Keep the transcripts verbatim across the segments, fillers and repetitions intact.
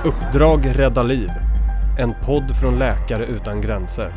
Uppdrag rädda liv. En podd från Läkare utan gränser.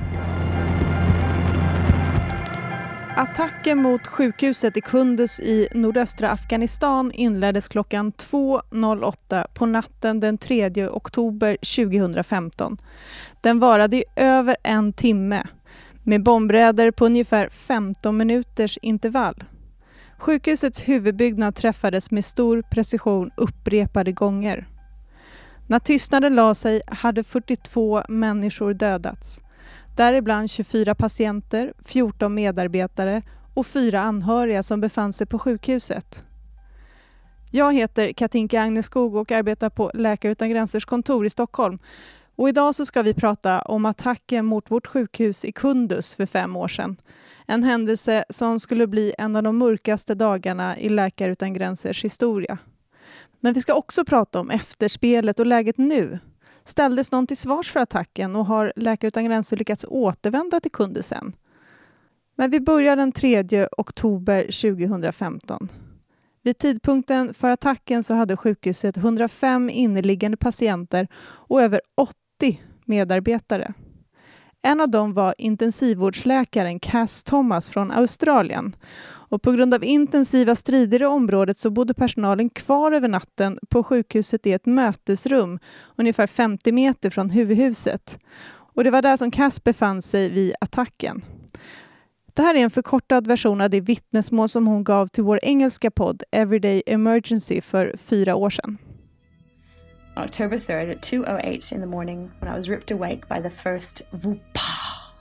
Attacken mot sjukhuset i Kunduz i nordöstra Afghanistan inleddes klockan två noll åtta på natten den tredje oktober tjugohundrafemton. Den varade i över en timme med bombräder på ungefär femton minuters intervall. Sjukhusets huvudbyggnad träffades med stor precision upprepade gånger. När tystnaden la sig hade fyrtiotvå människor dödats. Däribland tjugofyra patienter, fjorton medarbetare och fyra anhöriga som befann sig på sjukhuset. Jag heter Katinka Agneskog och arbetar på Läkare utan gränsers kontor i Stockholm. Och idag så ska vi prata om attacken mot vårt sjukhus i Kunduz för fem år sedan. En händelse som skulle bli en av de mörkaste dagarna i Läkare utan gränsers historia. Men vi ska också prata om efterspelet och läget nu. Ställdes någon till svars för attacken och har Läkare utan gränser lyckats återvända till Kunduz sen? Men vi börjar den tredje oktober tjugohundrafemton. Vid tidpunkten för attacken så hade sjukhuset hundrafem inneliggande patienter och över åttio medarbetare. En av dem var intensivvårdsläkaren Cass Thomas från Australien. Och på grund av intensiva strider i området så bodde personalen kvar över natten på sjukhuset i ett mötesrum ungefär femtio meter från huvudhuset. Och det var där som Cass befann sig vid attacken. Det här är en förkortad version av det vittnesmål som hon gav till vår engelska podd Everyday Emergency för fyra år sedan. On October third at two oh eight in the morning, when I was ripped awake by the first whoop-ah,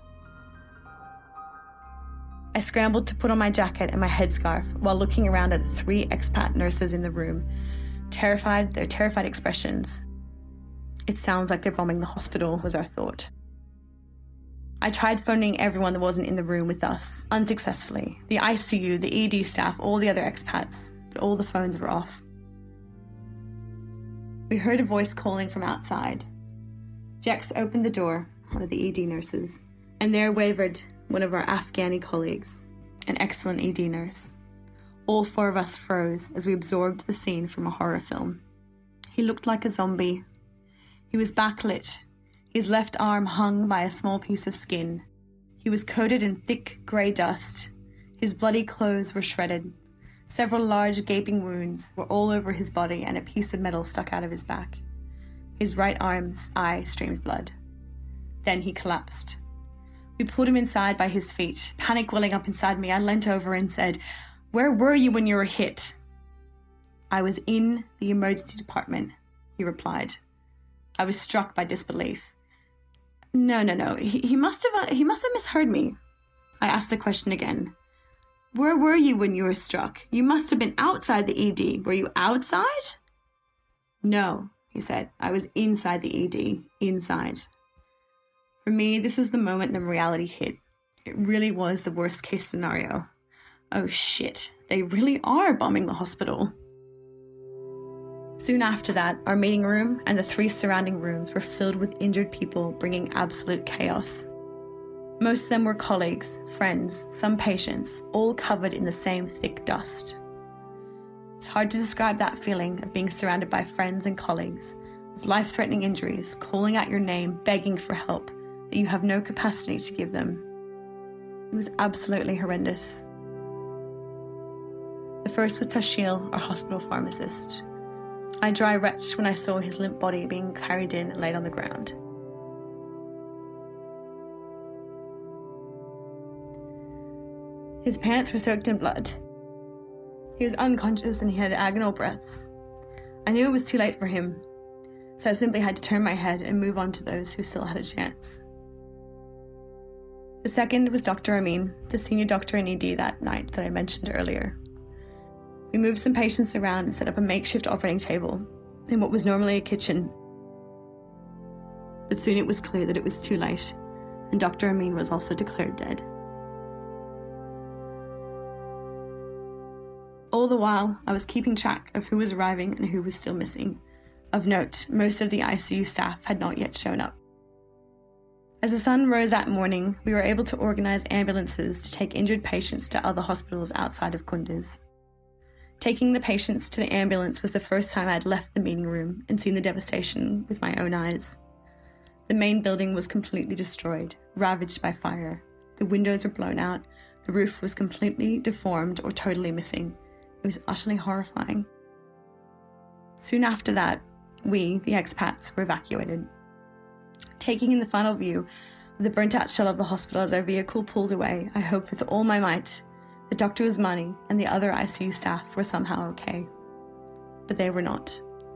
I scrambled to put on my jacket and my headscarf while looking around at the three expat nurses in the room, terrified, their terrified expressions. It sounds like they're bombing the hospital, was our thought. I tried phoning everyone that wasn't in the room with us, unsuccessfully. The I C U, the E D staff, all the other expats, but all the phones were off. We heard a voice calling from outside. Jex opened the door, one of the E D nurses, and there wavered one of our Afghani colleagues, an excellent E D nurse. All four of us froze as we absorbed the scene from a horror film. He looked like a zombie. He was backlit. His left arm hung by a small piece of skin. He was coated in thick grey dust. His bloody clothes were shredded. Several large gaping wounds were all over his body and a piece of metal stuck out of his back. His right arm's eye streamed blood. Then he collapsed. We pulled him inside by his feet. Panic welling up inside me, I leant over and said, "Where were you when you were hit?" "I was in the emergency department," he replied. I was struck by disbelief. No, no, no, he, he must have he must have misheard me. I asked the question again. "Where were you when you were struck? You must have been outside the E D. Were you outside?" "No," he said. "I was inside the E D. Inside." For me, this was the moment the reality hit. It really was the worst case scenario. Oh shit, they really are bombing the hospital. Soon after that, our meeting room and the three surrounding rooms were filled with injured people bringing absolute chaos. Most of them were colleagues, friends, some patients, all covered in the same thick dust. It's hard to describe that feeling of being surrounded by friends and colleagues with life-threatening injuries, calling out your name, begging for help that you have no capacity to give them. It was absolutely horrendous. The first was Tashil, our hospital pharmacist. I dry retched when I saw his limp body being carried in and laid on the ground. His pants were soaked in blood. He was unconscious and he had agonal breaths. I knew it was too late for him, so I simply had to turn my head and move on to those who still had a chance. The second was Doctor Amin, the senior doctor in E D that night that I mentioned earlier. We moved some patients around and set up a makeshift operating table in what was normally a kitchen. But soon it was clear that it was too late, and Doctor Amin was also declared dead. All the while, I was keeping track of who was arriving and who was still missing. Of note, most of the I C U staff had not yet shown up. As the sun rose that morning, we were able to organise ambulances to take injured patients to other hospitals outside of Kunduz. Taking the patients to the ambulance was the first time I'd left the meeting room and seen the devastation with my own eyes. The main building was completely destroyed, ravaged by fire. The windows were blown out, the roof was completely deformed or totally missing. It was utterly horrifying. Soon after that, we, the expats, were evacuated. Taking in the final view of the burnt-out shell of the hospital as our vehicle pulled away, I hoped with all my might that Doctor Usmani and the other I C U staff were somehow okay. But they were not.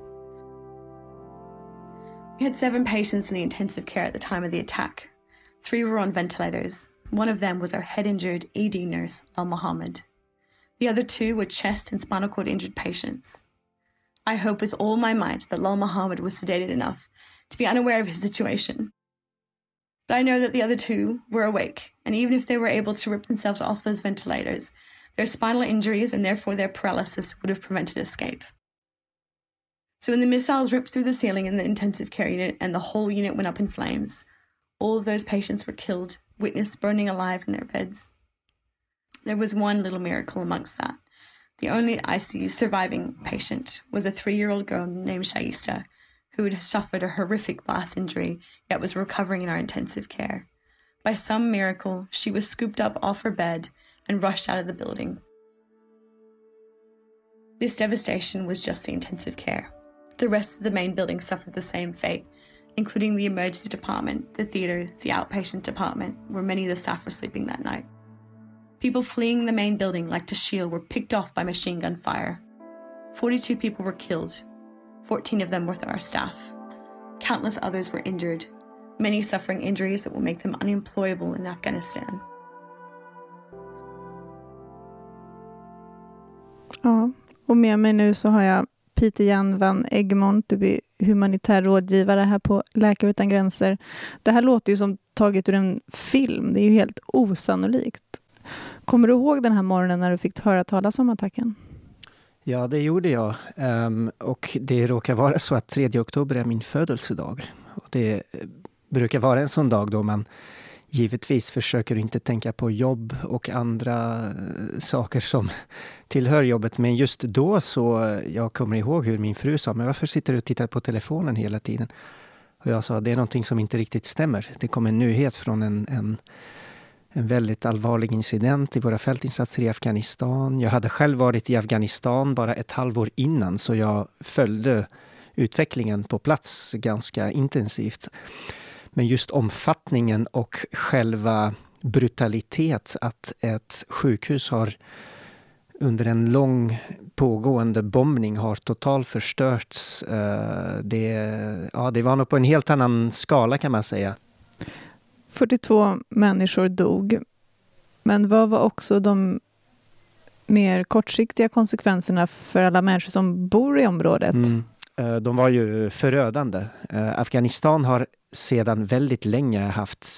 We had seven patients in the intensive care at the time of the attack. Three were on ventilators. One of them was our head-injured E D nurse, Al Mohammed. The other two were chest and spinal cord injured patients. I hope with all my might that Lal Mohammed was sedated enough to be unaware of his situation. But I know that the other two were awake, and even if they were able to rip themselves off those ventilators, their spinal injuries and therefore their paralysis would have prevented escape. So when the missiles ripped through the ceiling in the intensive care unit and the whole unit went up in flames, all of those patients were killed, witnessed burning alive in their beds. There was one little miracle amongst that. The only I C U surviving patient was a three-year-old girl named Shaista, who had suffered a horrific blast injury, yet was recovering in our intensive care. By some miracle, she was scooped up off her bed and rushed out of the building. This devastation was just the intensive care. The rest of the main building suffered the same fate, including the emergency department, the theatre, the outpatient department, where many of the staff were sleeping that night. People fleeing the main building like to shield were picked off by machine gun fire. forty-two people were killed. fourteen of them were our staff. Countless others were injured, many suffering injuries that will make them unemployable in Afghanistan. Ja, och med mig nu så har jag Peter Jan van Egmond, du är humanitär rådgivare här på Läkare utan gränser. Det här låter ju som taget ur en film, det är ju helt osannolikt. Kommer du ihåg den här morgonen när du fick höra talas om attacken? Ja, det gjorde jag. Um, och det råkar vara så att tredje oktober är min födelsedag. Och det brukar vara en sån dag då man givetvis försöker inte tänka på jobb och andra saker som tillhör jobbet. Men just då så, jag kommer ihåg hur min fru sa, men varför sitter du och tittar på telefonen hela tiden? Och jag sa, det är någonting som inte riktigt stämmer. Det kom en nyhet från en, en, en väldigt allvarlig incident i våra fältinsatser i Afghanistan. Jag hade själv varit i Afghanistan bara ett halvår innan, så jag följde utvecklingen på plats ganska intensivt. Men just omfattningen och själva brutalitet att ett sjukhus har under en lång pågående bombning har totalt förstörts. Det, ja, det var nog på en helt annan skala kan man säga. fyrtiotvå människor dog. Men vad var också de mer kortsiktiga konsekvenserna för alla människor som bor i området? Mm. De var ju förödande. Afghanistan har sedan väldigt länge haft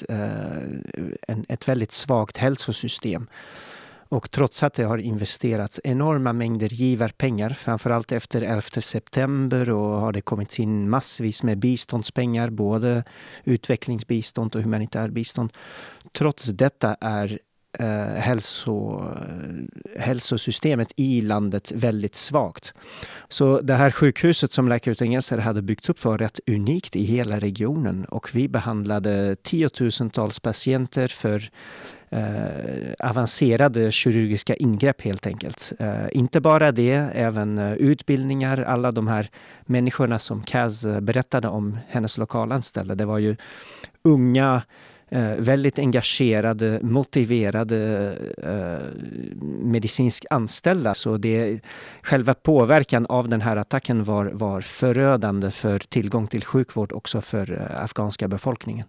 en, ett väldigt svagt hälsosystem. Och trots att det har investerats enorma mängder givarpengar, framförallt efter elfte september, och har det kommit in massvis med biståndspengar, både utvecklingsbistånd och humanitär bistånd. Trots detta är eh, hälso, hälsosystemet i landet väldigt svagt. Så det här sjukhuset som Läkare utan gränser hade byggt upp var rätt unikt i hela regionen, och vi behandlade tiotusentals patienter för Eh, avancerade kirurgiska ingrepp helt enkelt. Eh, inte bara det, även eh, utbildningar, alla de här människorna som Kaz berättade om, hennes lokalanställda. Det var ju unga, eh, väldigt engagerade, motiverade eh, medicinsk anställda. Så det, själva påverkan av den här attacken var, var förödande för tillgång till sjukvård också för eh, afghanska befolkningen.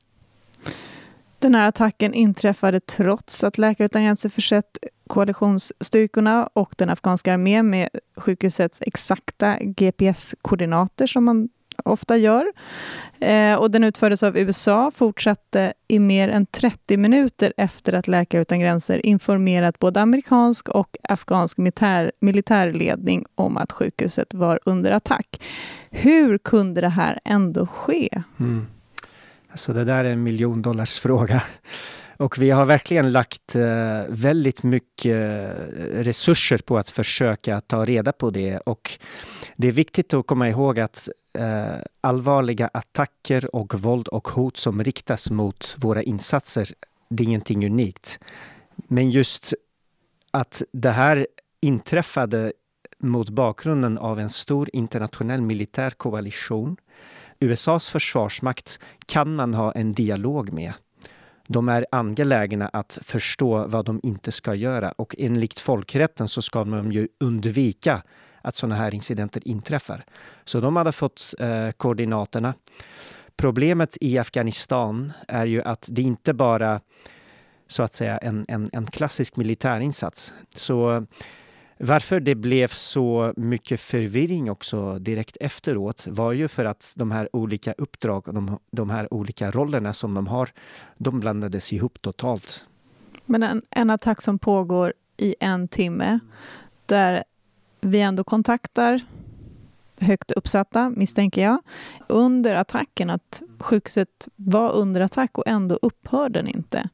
Den här attacken inträffade trots att Läkare utan gränser försett koalitionsstyrkorna och den afghanska armén med sjukhusets exakta G P S-koordinater som man ofta gör. Eh, och den utfördes av U S A, fortsatte i mer än trettio minuter efter att Läkare utan gränser informerat både amerikansk och afghansk militär, militärledning om att sjukhuset var under attack. Hur kunde det här ändå ske? Mm. Så det där är en miljondollarsfråga. Och vi har verkligen lagt eh, väldigt mycket resurser på att försöka ta reda på det. Och det är viktigt att komma ihåg att eh, allvarliga attacker och våld och hot som riktas mot våra insatser, det är ingenting unikt. Men just att det här inträffade mot bakgrunden av en stor internationell militär koalition. U S A:s försvarsmakt kan man ha en dialog med. De är angelägna att förstå vad de inte ska göra. Och enligt folkrätten så ska man ju undvika att sådana här incidenter inträffar. Så de hade fått eh, koordinaterna. Problemet i Afghanistan är ju att det inte bara så att säga en, en, en klassisk militärinsats. Så varför det blev så mycket förvirring också direkt efteråt var ju för att de här olika uppdrag, de, de här olika rollerna som de har, de blandades ihop totalt. Men en, en attack som pågår i en timme där vi ändå kontaktar högt uppsatta, misstänker jag, under attacken, att sjukhuset var under attack och ändå upphör den inte.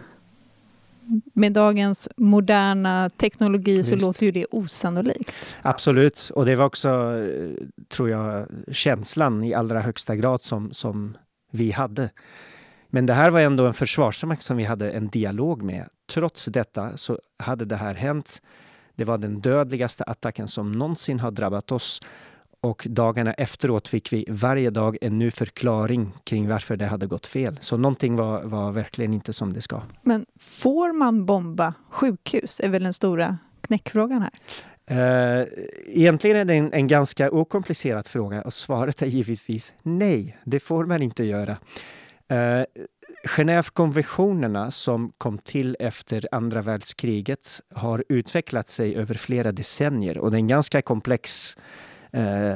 Med dagens moderna teknologi Visst. Så låter ju det osannolikt. Absolut, och det var också, tror jag, känslan i allra högsta grad som, som vi hade. Men det här var ändå en försvarsmakt som vi hade en dialog med. Trots detta så hade det här hänt. Det var den dödligaste attacken som någonsin har drabbat oss. Och dagarna efteråt fick vi varje dag en ny förklaring kring varför det hade gått fel. Så någonting var, var verkligen inte som det ska. Men får man bomba sjukhus är väl den stora knäckfrågan här? Uh, egentligen är det en, en ganska okomplicerad fråga och svaret är givetvis nej, det får man inte göra. Uh, Genèvekonventionerna som kom till efter andra världskriget har utvecklat sig över flera decennier och det är en ganska komplex Eh,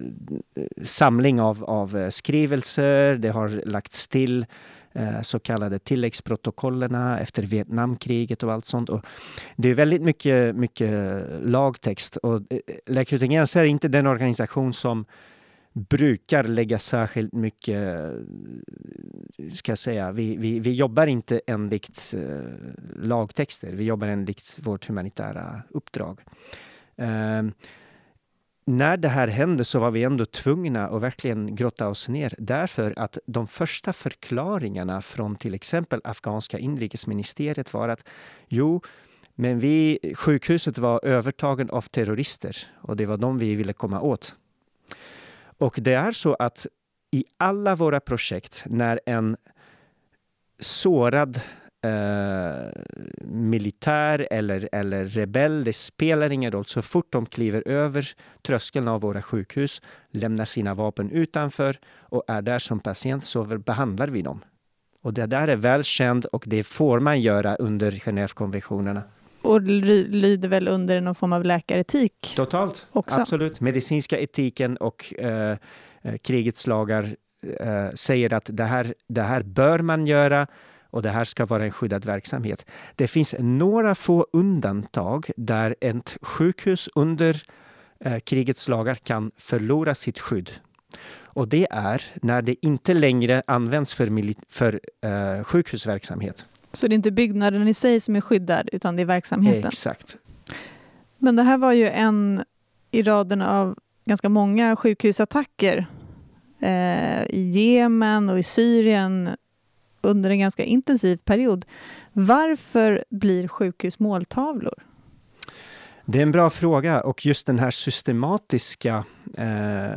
samling av, av skrivelser. Det har lagts till eh, så kallade tilläggsprotokollerna efter Vietnamkriget och allt sånt. Och det är väldigt mycket, mycket lagtext och eh, Läkare utan gränser är inte den organisation som brukar lägga särskilt mycket, ska jag säga, vi, vi, vi jobbar inte enligt eh, lagtexter, vi jobbar enligt vårt humanitära uppdrag. Eh, När det här hände så var vi ändå tvungna att verkligen grotta oss ner. Därför att de första förklaringarna från till exempel afghanska inrikesministeriet var att jo, men vi, sjukhuset var övertagen av terrorister och det var de vi ville komma åt. Och det är så att i alla våra projekt när en sårad Uh, militär eller, eller rebell, det spelar ingen roll. Så fort de kliver över tröskeln av våra sjukhus, lämnar sina vapen utanför och är där som patient, så behandlar vi dem. Och det där är välkänt och det får man göra under Genèvekonventionerna. Och lyder väl under någon form av läkaretik? Totalt, också. Absolut. Medicinska etiken och uh, krigets lagar uh, säger att det här, det här bör man göra. Och det här ska vara en skyddad verksamhet. Det finns några få undantag där ett sjukhus under eh, krigets lagar kan förlora sitt skydd. Och det är när det inte längre används för, mili- för eh, sjukhusverksamhet. Så det är inte byggnaden i sig som är skyddad utan det är verksamheten? Exakt. Men det här var ju en i raden av ganska många sjukhusattacker eh, i Jemen och i Syrien under en ganska intensiv period. Varför blir sjukhus måltavlor? Det är en bra fråga och just den här systematiska eh,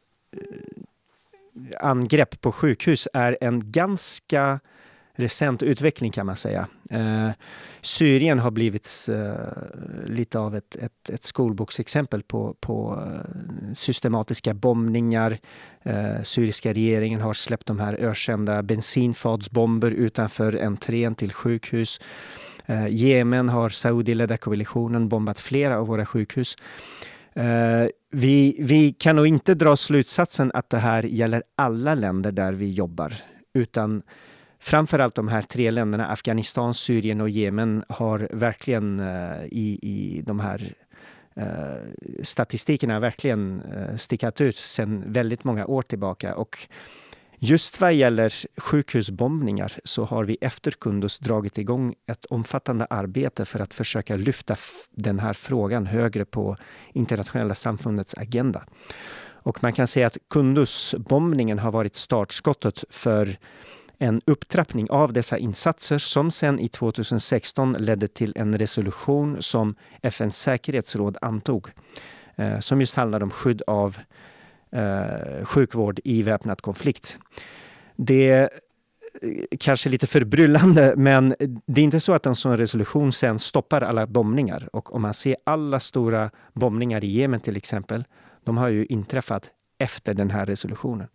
angrepp på sjukhus är en ganska recent utveckling kan man säga. Eh, Syrien har blivit eh, lite av ett, ett, ett skolboksexempel på, på eh, systematiska bombningar. Eh, syriska regeringen har släppt de här ökända bensinfatsbomber utanför entrén till sjukhus. Eh, Jemen har Saudi-ledda koalitionen bombat flera av våra sjukhus. Eh, vi, vi kan nog inte dra slutsatsen att det här gäller alla länder där vi jobbar, utan framförallt de här tre länderna, Afghanistan, Syrien och Jemen, har verkligen uh, i, i de här uh, statistikerna verkligen uh, stickat ut sedan väldigt många år tillbaka. Och Just vad gäller sjukhusbombningar så har vi efter Kunduz dragit igång ett omfattande arbete för att försöka lyfta f- den här frågan högre på internationella samfundets agenda. Och man kan säga att Kunduz-bombningen har varit startskottet för en upptrappning av dessa insatser som sen i tjugohundrasexton ledde till en resolution som F N:s säkerhetsråd antog. Eh, som just handlar om skydd av eh, sjukvård i väpnad konflikt. Det är kanske lite förbryllande, men det är inte så att en sån resolution sen stoppar alla bombningar. Och om man ser alla stora bombningar i Jemen till exempel, de har ju inträffat efter den här resolutionen.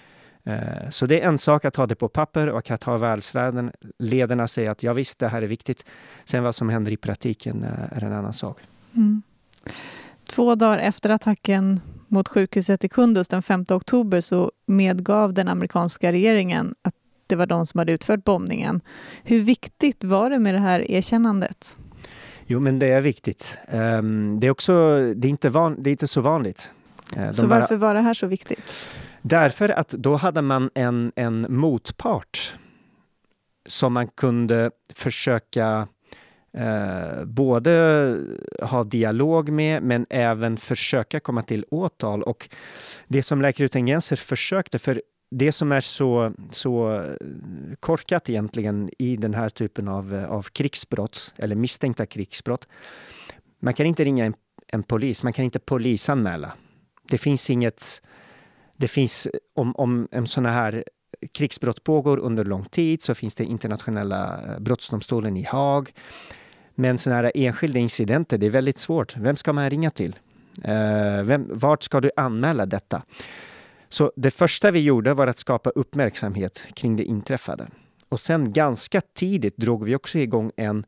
Så det är en sak att ha det på papper och att ha världsledarna ledarna säga att ja visst, det här är viktigt. Sen vad som händer i praktiken är en annan sak. Mm. Två dagar efter attacken mot sjukhuset i Kunduz den femte oktober så medgav den amerikanska regeringen att det var de som hade utfört bombningen. Hur viktigt var det med det här erkännandet? Jo, men det är viktigt. Um, det är också det är inte, van, det är inte så vanligt. Uh, de så varför bara, var det här så viktigt? Därför att då hade man en, en motpart som man kunde försöka eh, både ha dialog med men även försöka komma till åtal. Och det som Läkare utan gränser försökte, för det som är så, så korkat egentligen i den här typen av, av krigsbrott eller misstänkta krigsbrott, man kan inte ringa en, en polis, man kan inte polisanmäla. Det finns inget Det finns, om, om en sån här krigsbrott pågår under lång tid så finns det internationella brottsdomstolen i Haag. Men såna här enskilda incidenter, det är väldigt svårt. Vem ska man ringa till? Uh, vem, vart ska du anmäla detta? Så det första vi gjorde var att skapa uppmärksamhet kring det inträffade. Och sen ganska tidigt drog vi också igång en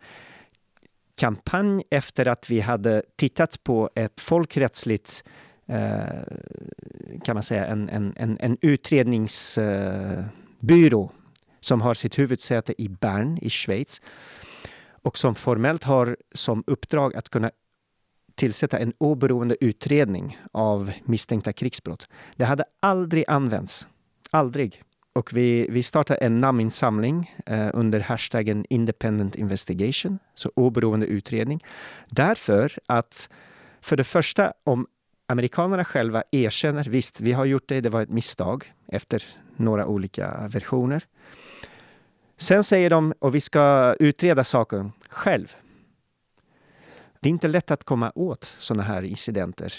kampanj efter att vi hade tittat på ett folkrättsligt kan man säga en, en, en, en utredningsbyrå som har sitt huvudsäte i Bern i Schweiz och som formellt har som uppdrag att kunna tillsätta en oberoende utredning av misstänkta krigsbrott. Det hade aldrig använts. Aldrig. Och vi, vi startade en namninsamling eh, under hashtaggen Independent Investigation, så oberoende utredning. Därför att för det första, om amerikanerna själva erkänner, visst, vi har gjort det, det var ett misstag efter några olika versioner. Sen säger de, och vi ska utreda saken själv. Det är inte lätt att komma åt sådana här incidenter.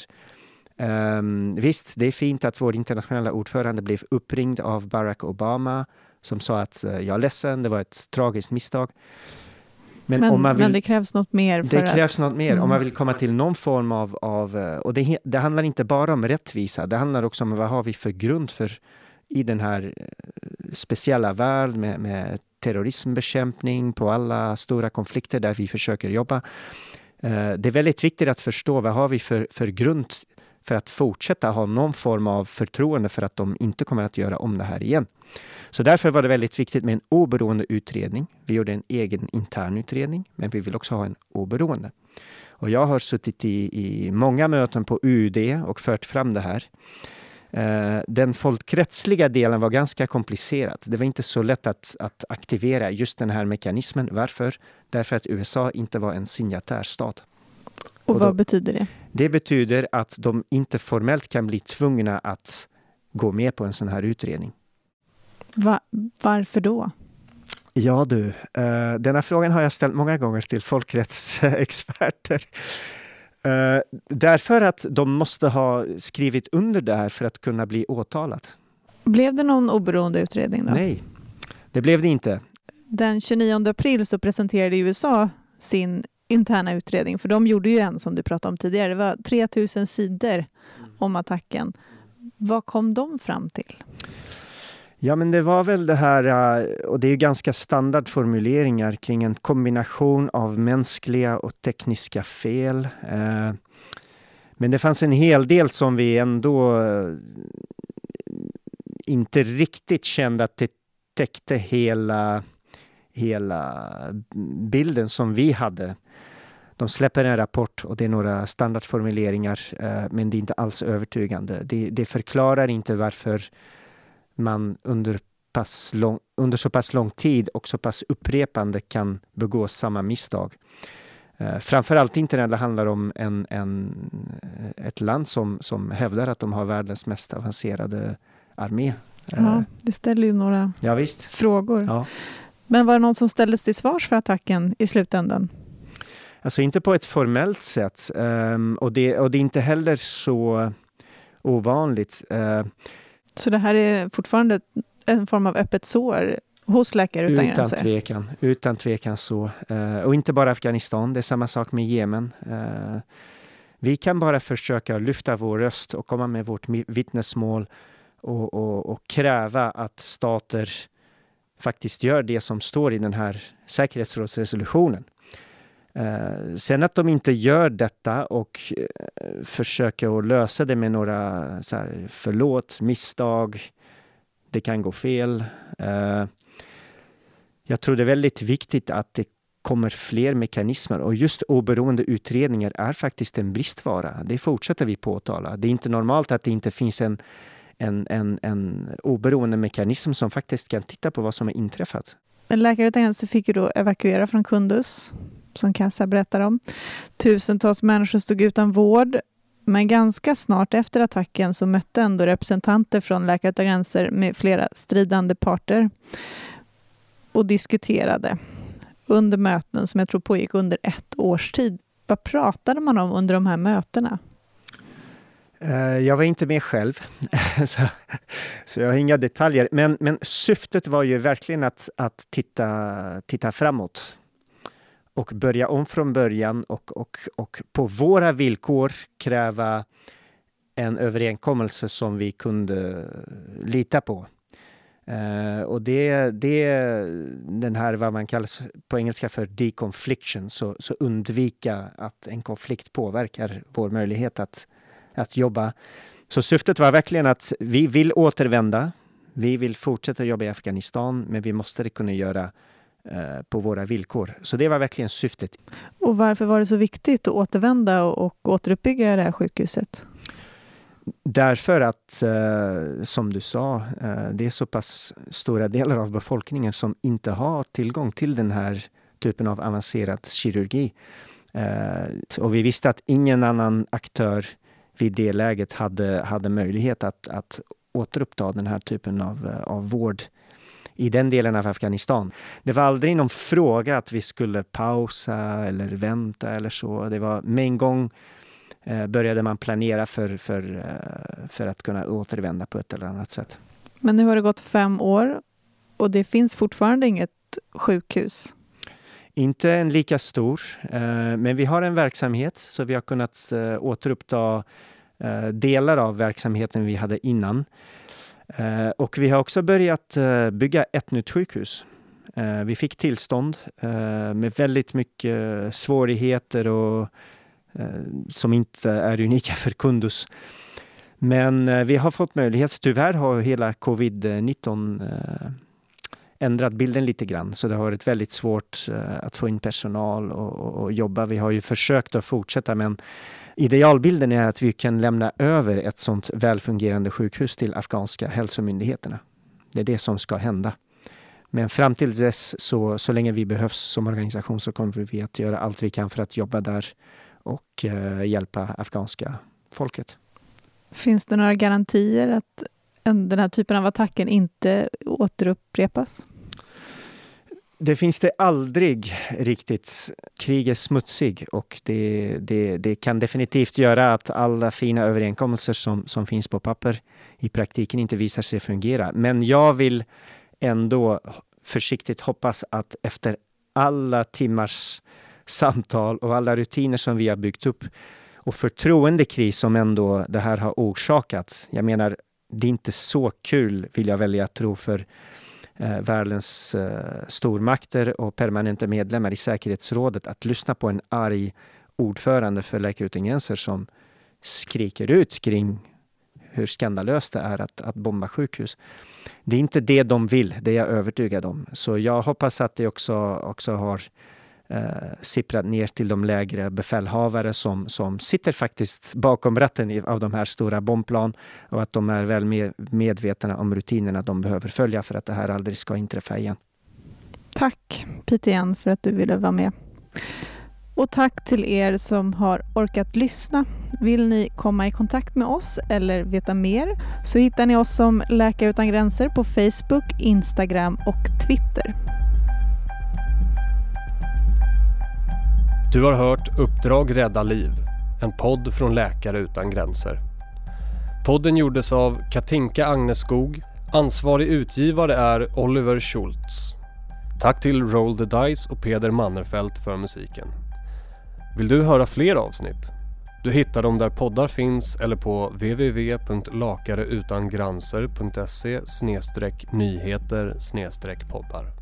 Um, visst, det är fint att vår internationella ordförande blev uppringd av Barack Obama som sa att uh, jag är ledsen, det var ett tragiskt misstag. Men, men, om man vill, men det krävs något mer. För det krävs att, något mer. Mm. Om man vill komma till någon form av... av och det, det handlar inte bara om rättvisa. Det handlar också om vad har vi för grund för i den här speciella värld med, med terrorismbekämpning på alla stora konflikter där vi försöker jobba. Det är väldigt viktigt att förstå vad har vi för, för grund för att fortsätta ha någon form av förtroende för att de inte kommer att göra om det här igen. Så därför var det väldigt viktigt med en oberoende utredning. Vi gjorde en egen intern utredning, men vi vill också ha en oberoende. Och jag har suttit i, i många möten på U D och fört fram det här. Eh, den folkrättsliga delen var ganska komplicerad. Det var inte så lätt att, att aktivera just den här mekanismen. Varför? Därför att U S A inte var en signatärstat. Och, och vad då, betyder det? Det betyder att de inte formellt kan bli tvungna att gå med på en sån här utredning. Va, varför då? Ja du, uh, denna frågan har jag ställt många gånger till folkrättsexperter. Uh, därför att de måste ha skrivit under det här för att kunna bli åtalat. Blev det någon oberoende utredning då? Nej, det blev det inte. Den tjugonionde april så presenterade U S A sin interna utredning, för de gjorde ju en som du pratade om tidigare. Det var tre tusen sidor om attacken. Vad kom de fram till? Ja, men det var väl det här, och det är ju ganska standardformuleringar kring en kombination av mänskliga och tekniska fel. Men det fanns en hel del som vi ändå inte riktigt kände att det täckte hela, hela bilden som vi hade. De släpper en rapport och det är några standardformuleringar, men det är inte alls övertygande. Det, det förklarar inte varför man under, pass lång, under så pass lång tid och så pass upprepande kan begå samma misstag. Uh, framförallt inte när det handlar om en, en, ett land som, som hävdar att de har världens mest avancerade armé. Ja, det ställer ju några ja, visst. frågor. Ja. Men var det någon som ställdes till svars för attacken i slutändan? Alltså inte på ett formellt sätt. Um, och, det, och det är inte heller så ovanligt. Uh, så det här är fortfarande en form av öppet sår hos Läkare utan, utan gränser? Tvekan, utan tvekan så. Uh, och inte bara Afghanistan, det är samma sak med Jemen. Uh, vi kan bara försöka lyfta vår röst och komma med vårt vittnesmål och, och, och kräva att stater faktiskt gör det som står i den här säkerhetsrådsresolutionen. Uh, sen att de inte gör detta och uh, försöker att lösa det med några så här, förlåt, misstag, det kan gå fel. Uh, jag tror det är väldigt viktigt att det kommer fler mekanismer, och just oberoende utredningar är faktiskt en bristvara. Det fortsätter vi påtala. Det är inte normalt att det inte finns en, en, en, en oberoende mekanism som faktiskt kan titta på vad som är inträffat. Men Läkare utan gränser fick ju då evakuera från Kunduz, som Kassa berättar om. Tusentals människor stod utan vård, men ganska snart efter attacken så mötte ändå representanter från Läkare utan gränser med flera stridande parter och diskuterade under möten som jag tror pågick under ett års tid. Vad pratade man om under de här mötena? Jag var inte med själv, så, så jag har inga detaljer. Men, men syftet var ju verkligen att, att titta, titta framåt och börja om från början och, och, och på våra villkor kräva en överenskommelse som vi kunde lita på. Uh, och det, det är den här vad man kallar på engelska för deconfliction, så, så undvika att en konflikt påverkar vår möjlighet att, att jobba. Så syftet var verkligen att vi vill återvända, vi vill fortsätta jobba i Afghanistan, men vi måste det kunna göra uh, på våra villkor. Så det var verkligen syftet. Och varför var det så viktigt att återvända och, och återuppbygga det här sjukhuset? Därför att, eh, som du sa, eh, det är så pass stora delar av befolkningen som inte har tillgång till den här typen av avancerad kirurgi. Eh, och vi visste att ingen annan aktör vid det läget hade, hade möjlighet att, att återuppta den här typen av, av vård i den delen av Afghanistan. Det var aldrig någon fråga att vi skulle pausa eller vänta eller så. Det var med en gång började man planera för, för, för att kunna återvända på ett eller annat sätt. Men nu har det gått fem år och det finns fortfarande inget sjukhus. Inte en lika stor, men vi har en verksamhet så vi har kunnat återuppta delar av verksamheten vi hade innan. Och vi har också börjat bygga ett nytt sjukhus. Vi fick tillstånd med väldigt mycket svårigheter och som inte är unika för Kunduz. Men vi har fått möjlighet, tyvärr har hela covid nitton ändrat bilden lite grann. Så det har varit väldigt svårt att få in personal och, och, och jobba. Vi har ju försökt att fortsätta, men idealbilden är att vi kan lämna över ett sånt välfungerande sjukhus till afghanska hälsomyndigheterna. Det är det som ska hända. Men fram till dess, så, så länge vi behövs som organisation, så kommer vi att göra allt vi kan för att jobba där och eh, hjälpa afghanska folket. Finns det några garantier att en, den här typen av attacken inte återupprepas? Det finns det aldrig riktigt. Krig är smutsig och det, det, det kan definitivt göra att alla fina överenskommelser som, som finns på papper i praktiken inte visar sig fungera. Men jag vill ändå försiktigt hoppas att efter alla timmars samtal och alla rutiner som vi har byggt upp och förtroendekris som ändå det här har orsakat. Jag menar, det är inte så kul, vill jag välja att tro, för eh, världens eh, stormakter och permanenta medlemmar i säkerhetsrådet att lyssna på en arg ordförande för Läkare utan gränser som skriker ut kring hur skandalöst det är att, att bomba sjukhus. Det är inte det de vill, det är jag övertygad om. Så jag hoppas att det också, också har eh, sipprat ner till de lägre befälhavare som, som sitter faktiskt bakom ratten i, av de här stora bombplan, och att de är väl med, medvetna om rutinerna de behöver följa för att det här aldrig ska inträffa igen. Tack Peter Jan för att du ville vara med. Och tack till er som har orkat lyssna. Vill ni komma i kontakt med oss eller veta mer så hittar ni oss som Läkare utan gränser på Facebook, Instagram och Twitter. Du har hört Uppdrag rädda liv, en podd från Läkare utan gränser. Podden gjordes av Katinka Agneskog. Ansvarig utgivare är Oliver Schultz. Tack till Roll the Dice och Peder Mannerfelt för musiken. Vill du höra fler avsnitt? Du hittar dem där poddar finns eller på w w w punkt lakareutangranser punkt se slash nyheter slash poddar.